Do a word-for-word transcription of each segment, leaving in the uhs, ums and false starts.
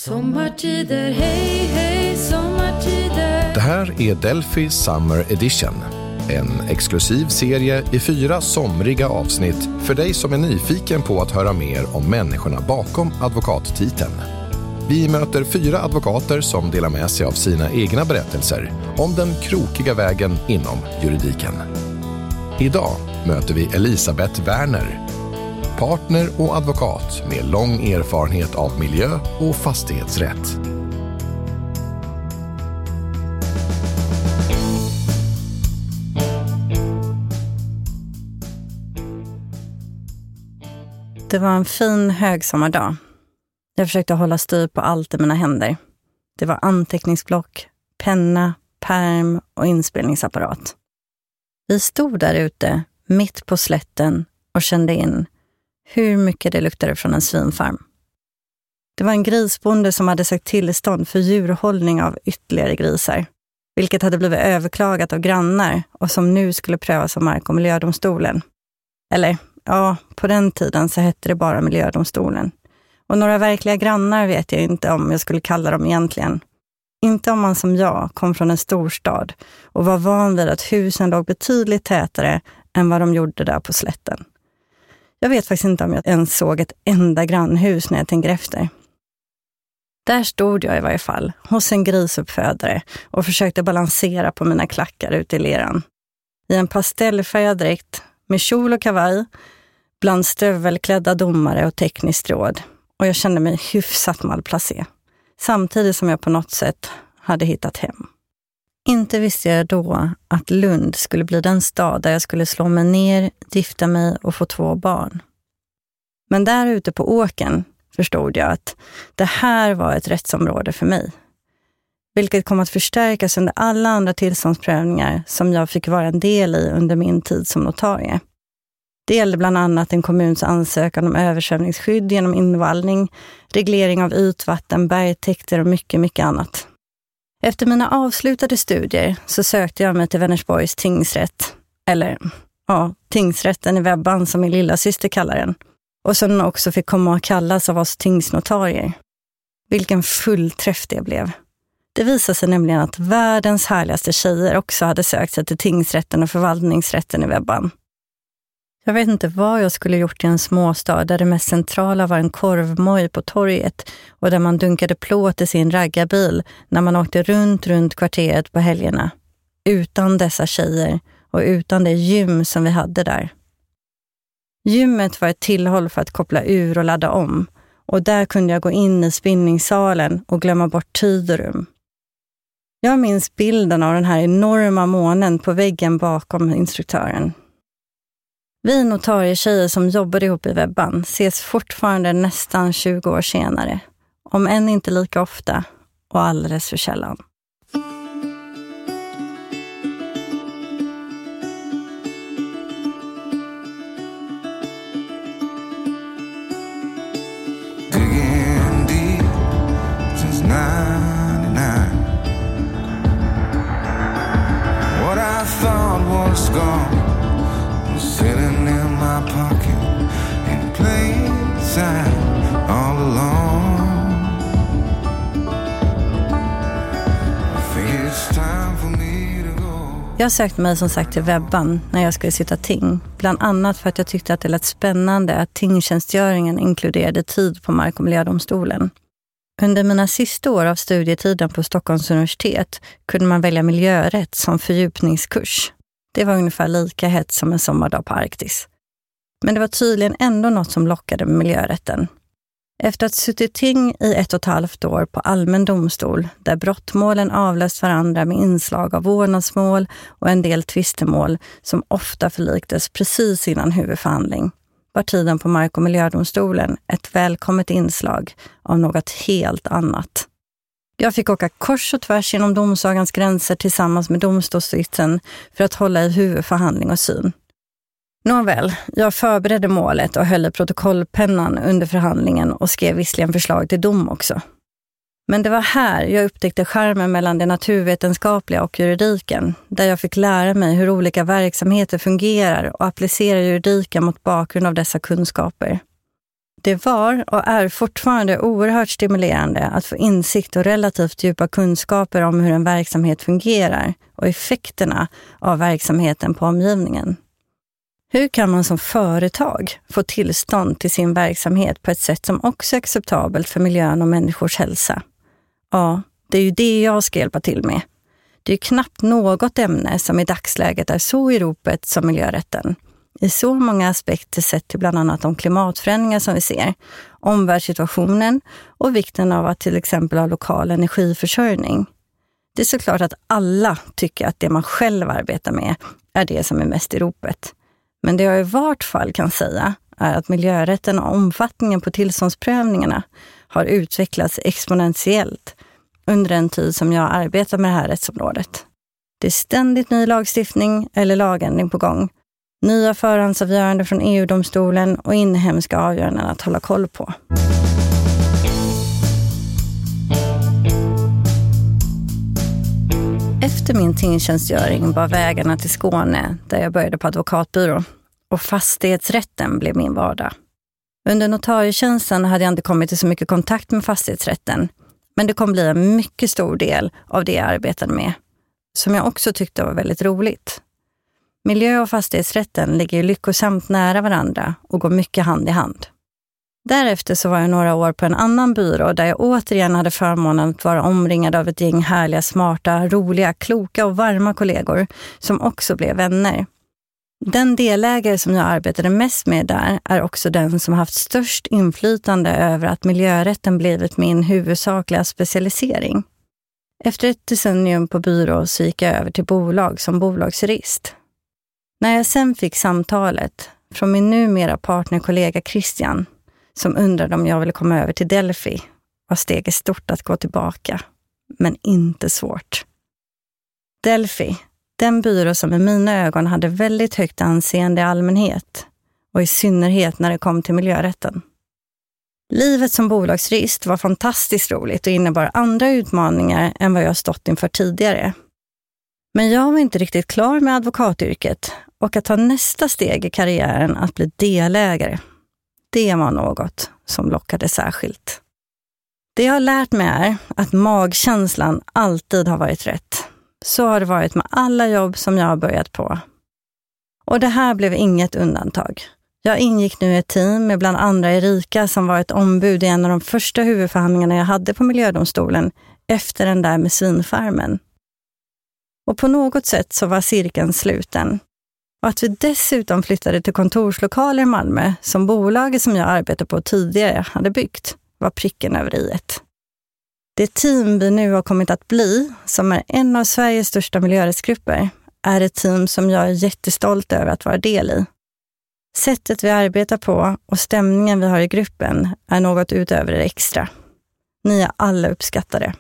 Sommartider, hej, hej, sommartider. Det här är Delphi Summer Edition. En exklusiv serie i fyra somriga avsnitt för dig som är nyfiken på att höra mer om människorna bakom advokattiteln. Vi möter fyra advokater som delar med sig av sina egna berättelser om den krokiga vägen inom juridiken. Idag möter vi Elisabeth Werner, partner och advokat med lång erfarenhet av miljö- och fastighetsrätt. Det var en fin högsommardag. Jag försökte hålla styr på allt i mina händer. Det var anteckningsblock, penna, perm och inspelningsapparat. Vi stod där ute, mitt på slätten och kände in hur mycket det luktade från en svinfarm. Det var en grisbonde som hade sökt tillstånd för djurhållning av ytterligare grisar, vilket hade blivit överklagat av grannar och som nu skulle prövas av Mark- och miljödomstolen. Eller, ja, på den tiden så hette det bara miljödomstolen. Och några verkliga grannar vet jag inte om jag skulle kalla dem egentligen. Inte om man som jag kom från en storstad och var van vid att husen låg betydligt tätare än vad de gjorde där på slätten. Jag vet faktiskt inte om jag ens såg ett enda grannhus när jag tänker efter. Där stod jag i varje fall, hos en grisuppfödare och försökte balansera på mina klackar ute i leran. I en pastellfärgad dräkt, med kjol och kavaj, bland stövelklädda domare och tekniskt råd. Och jag kände mig hyfsat malplacé. Samtidigt som jag på något sätt hade hittat hem. Inte visste jag då att Lund skulle bli den stad där jag skulle slå mig ner, gifta mig och få två barn. Men där ute på åken förstod jag att det här var ett rättsområde för mig. Vilket kom att förstärkas under alla andra tillståndsprövningar som jag fick vara en del i under min tid som notarie. Det gällde bland annat en kommuns ansökan om översvämningsskydd genom invallning, reglering av ytvatten, bergtäkter och mycket, mycket annat. Efter mina avslutade studier så sökte jag mig till Vänersborgs tingsrätt, eller ja, tingsrätten i Webban som min lilla syster kallar den, och som den också fick komma och kallas av oss tingsnotarier. Vilken fullträff det blev. Det visade sig nämligen att världens härligaste tjejer också hade sökt sig till tingsrätten och förvaltningsrätten i Webban. Jag vet inte vad jag skulle gjort i en småstad där det mest centrala var en korvmoj på torget och där man dunkade plåt i sin raggarbil när man åkte runt, runt kvarteret på helgerna. Utan dessa tjejer och utan det gym som vi hade där. Gymmet var ett tillhåll för att koppla ur och ladda om och där kunde jag gå in i spinningssalen och glömma bort tid och rum. Jag minns bilden av den här enorma månen på väggen bakom instruktören. Vi notarietjejer som jobbade ihop i Webban ses fortfarande nästan tjugo år senare. Om än inte lika ofta och alldeles för sällan. Digging deep since ninety-nine. What I thought was gone sitting in my pocket in plain sight all along. I think it's time for me to go. Jag sökte mig som sagt till Webban när jag skulle sitta ting. Bland annat för att jag tyckte att det lät spännande att tingtjänstgöringen inkluderade tid på Mark- och miljödomstolen. Under mina sista år av studietiden på Stockholms universitet kunde man välja miljörätt som fördjupningskurs. Det var ungefär lika hett som en sommardag på Arktis. Men det var tydligen ändå något som lockade med miljörätten. Efter att suttit ting i ett och ett halvt år på allmän domstol, där brottmålen avlöst varandra med inslag av vårdnadsmål och en del tvistemål som ofta förliktes precis innan huvudförhandling, var tiden på Mark- och miljödomstolen ett välkommet inslag av något helt annat. Jag fick åka kors och tvärs genom domsagans gränser tillsammans med domstolssitsen för att hålla i huvudförhandling och syn. Nåväl, jag förberedde målet och höll i protokollpennan under förhandlingen och skrev visserligen förslag till dom också. Men det var här jag upptäckte skärmen mellan det naturvetenskapliga och juridiken, där jag fick lära mig hur olika verksamheter fungerar och applicera juridiken mot bakgrund av dessa kunskaper. Det var och är fortfarande oerhört stimulerande att få insikt och relativt djupa kunskaper om hur en verksamhet fungerar och effekterna av verksamheten på omgivningen. Hur kan man som företag få tillstånd till sin verksamhet på ett sätt som också är acceptabelt för miljön och människors hälsa? Ja, det är ju det jag ska hjälpa till med. Det är ju knappt något ämne som i dagsläget är så i ropet som miljörätten. I så många aspekter sett till bland annat de klimatförändringar som vi ser, omvärldssituationen och vikten av att till exempel ha lokal energiförsörjning. Det är såklart att alla tycker att det man själv arbetar med är det som är mest i ropet. Men det jag i vart fall kan säga är att miljörätten och omfattningen på tillståndsprövningarna har utvecklats exponentiellt under den tid som jag arbetar med det här rättsområdet. Det är ständigt ny lagstiftning eller lagändring på gång. Nya förhandsavgöranden från E U-domstolen och inhemska avgöranden att hålla koll på. Efter min tingtjänstgöring var vägarna till Skåne, där jag började på advokatbyrå, och fastighetsrätten blev min vardag. Under notarietjänsten hade jag inte kommit i så mycket kontakt med fastighetsrätten, men det kom bli en mycket stor del av det jag arbetade med, som jag också tyckte var väldigt roligt. Miljö- och fastighetsrätten ligger ju lyckosamt nära varandra och går mycket hand i hand. Därefter så var jag några år på en annan byrå där jag återigen hade förmånen att vara omringad av ett gäng härliga, smarta, roliga, kloka och varma kollegor som också blev vänner. Den delägare som jag arbetade mest med där är också den som haft störst inflytande över att miljörätten blivit min huvudsakliga specialisering. Efter ett decennium på byrå så gick jag över till bolag som bolagsjurist. När jag sen fick samtalet från min numera partnerkollega Christian, som undrade om jag ville komma över till Delphi, var steget stort att gå tillbaka, men inte svårt. Delphi, den byrå som i mina ögon hade väldigt högt anseende i allmänhet, och i synnerhet när det kom till miljörätten. Livet som bolagsjurist var fantastiskt roligt och innebar andra utmaningar än vad jag stått inför tidigare. Men jag var inte riktigt klar med advokatyrket, och att ta nästa steg i karriären att bli delägare, det var något som lockade särskilt. Det jag har lärt mig är att magkänslan alltid har varit rätt. Så har det varit med alla jobb som jag har börjat på. Och det här blev inget undantag. Jag ingick nu i ett team med bland andra Erika som var ett ombud i en av de första huvudförhandlingarna jag hade på miljödomstolen efter den där med svinfarmen. Och på något sätt så var cirkeln sluten. Och att vi dessutom flyttade till kontorslokaler i Malmö som bolaget som jag arbetade på tidigare hade byggt var pricken över iet. Det team vi nu har kommit att bli, som är en av Sveriges största miljörättsgrupper, är ett team som jag är jättestolt över att vara del i. Sättet vi arbetar på och stämningen vi har i gruppen är något utöver det extra. Ni är alla uppskattade.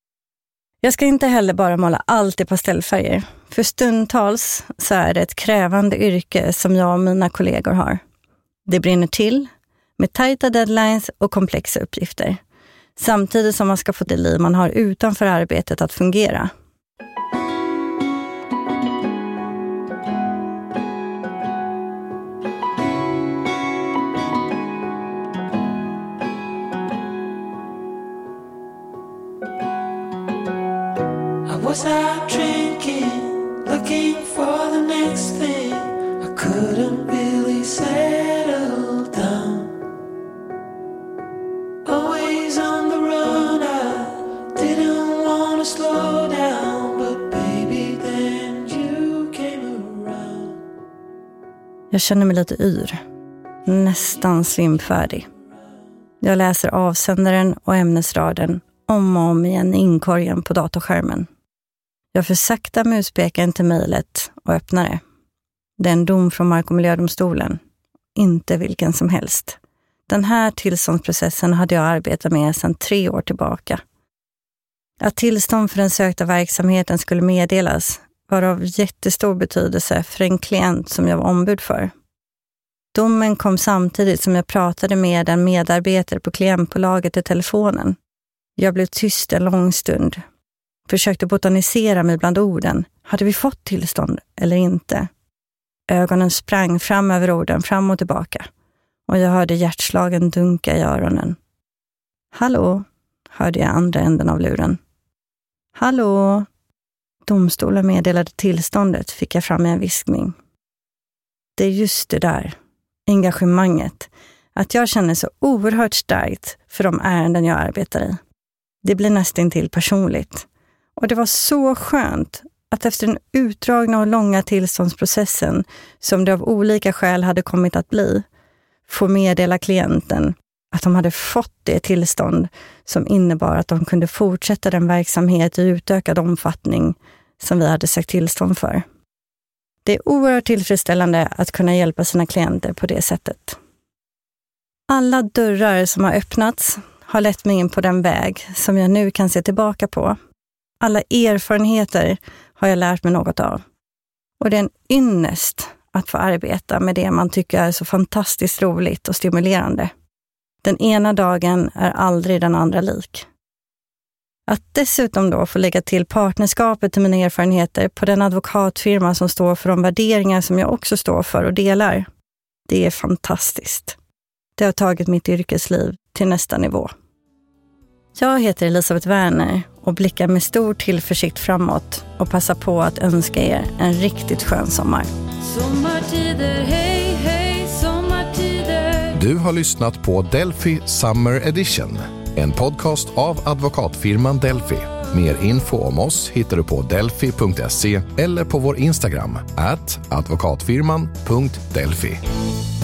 Jag ska inte heller bara måla allt i pastellfärger. För stundtals så är det ett krävande yrke som jag och mina kollegor har. Det brinner till med tajta deadlines och komplexa uppgifter. Samtidigt som man ska få det liv man har utanför arbetet att fungera. Was out drinking, looking for the next thing. I couldn't really settle down. Always on the run, I didn't want to slow down. But baby, then you came around. Jag känner mig lite yr, nästan svimfärdig. Jag läser avsändaren och ämnesraden om och om igen i inkorgen på datorskärmen. Jag försaktar muspekaren till mejlet och öppnar det. Det är en dom från Mark- och miljödomstolen. Inte vilken som helst. Den här tillståndsprocessen hade jag arbetat med sedan tre år tillbaka. Att tillstånd för den sökta verksamheten skulle meddelas var av jättestor betydelse för en klient som jag var ombud för. Domen kom samtidigt som jag pratade med en medarbetare på klientbolaget i telefonen. Jag blev tyst en lång stund. Försökte botanisera mig bland orden. Hade vi fått tillstånd eller inte? Ögonen sprang fram över orden, fram och tillbaka. och jag hörde hjärtslagen dunka i öronen. Hallå, hörde jag andra änden av luren. Hallå! Domstolen meddelade tillståndet, fick jag fram i en viskning. Det är just det där, engagemanget, att jag känner så oerhört starkt för de ärenden jag arbetar i. Det blir nästan till personligt. Och det var så skönt att efter den utdragna och långa tillståndsprocessen, som det av olika skäl hade kommit att bli, få meddela klienten att de hade fått det tillstånd som innebar att de kunde fortsätta den verksamhet i utökad omfattning som vi hade sagt tillstånd för. Det är oerhört tillfredsställande att kunna hjälpa sina klienter på det sättet. Alla dörrar som har öppnats har lett mig in på den väg som jag nu kan se tillbaka på. Alla erfarenheter har jag lärt mig något av. Och det är en ynnest att få arbeta med det man tycker är så fantastiskt roligt och stimulerande. Den ena dagen är aldrig den andra lik. Att dessutom då få lägga till partnerskapet till mina erfarenheter på den advokatfirma som står för de värderingar som jag också står för och delar, det är fantastiskt. Det har tagit mitt yrkesliv till nästa nivå. Jag heter Elisabeth Werner och blickar med stor tillförsikt framåt och passar på att önska er en riktigt skön sommar. Sommartider, hej, hej, sommartider. Du har lyssnat på Delphi Summer Edition, en podcast av advokatfirman Delphi. Mer info om oss hittar du på delphi punkt se eller på vår Instagram at advokatfirman punkt delphi.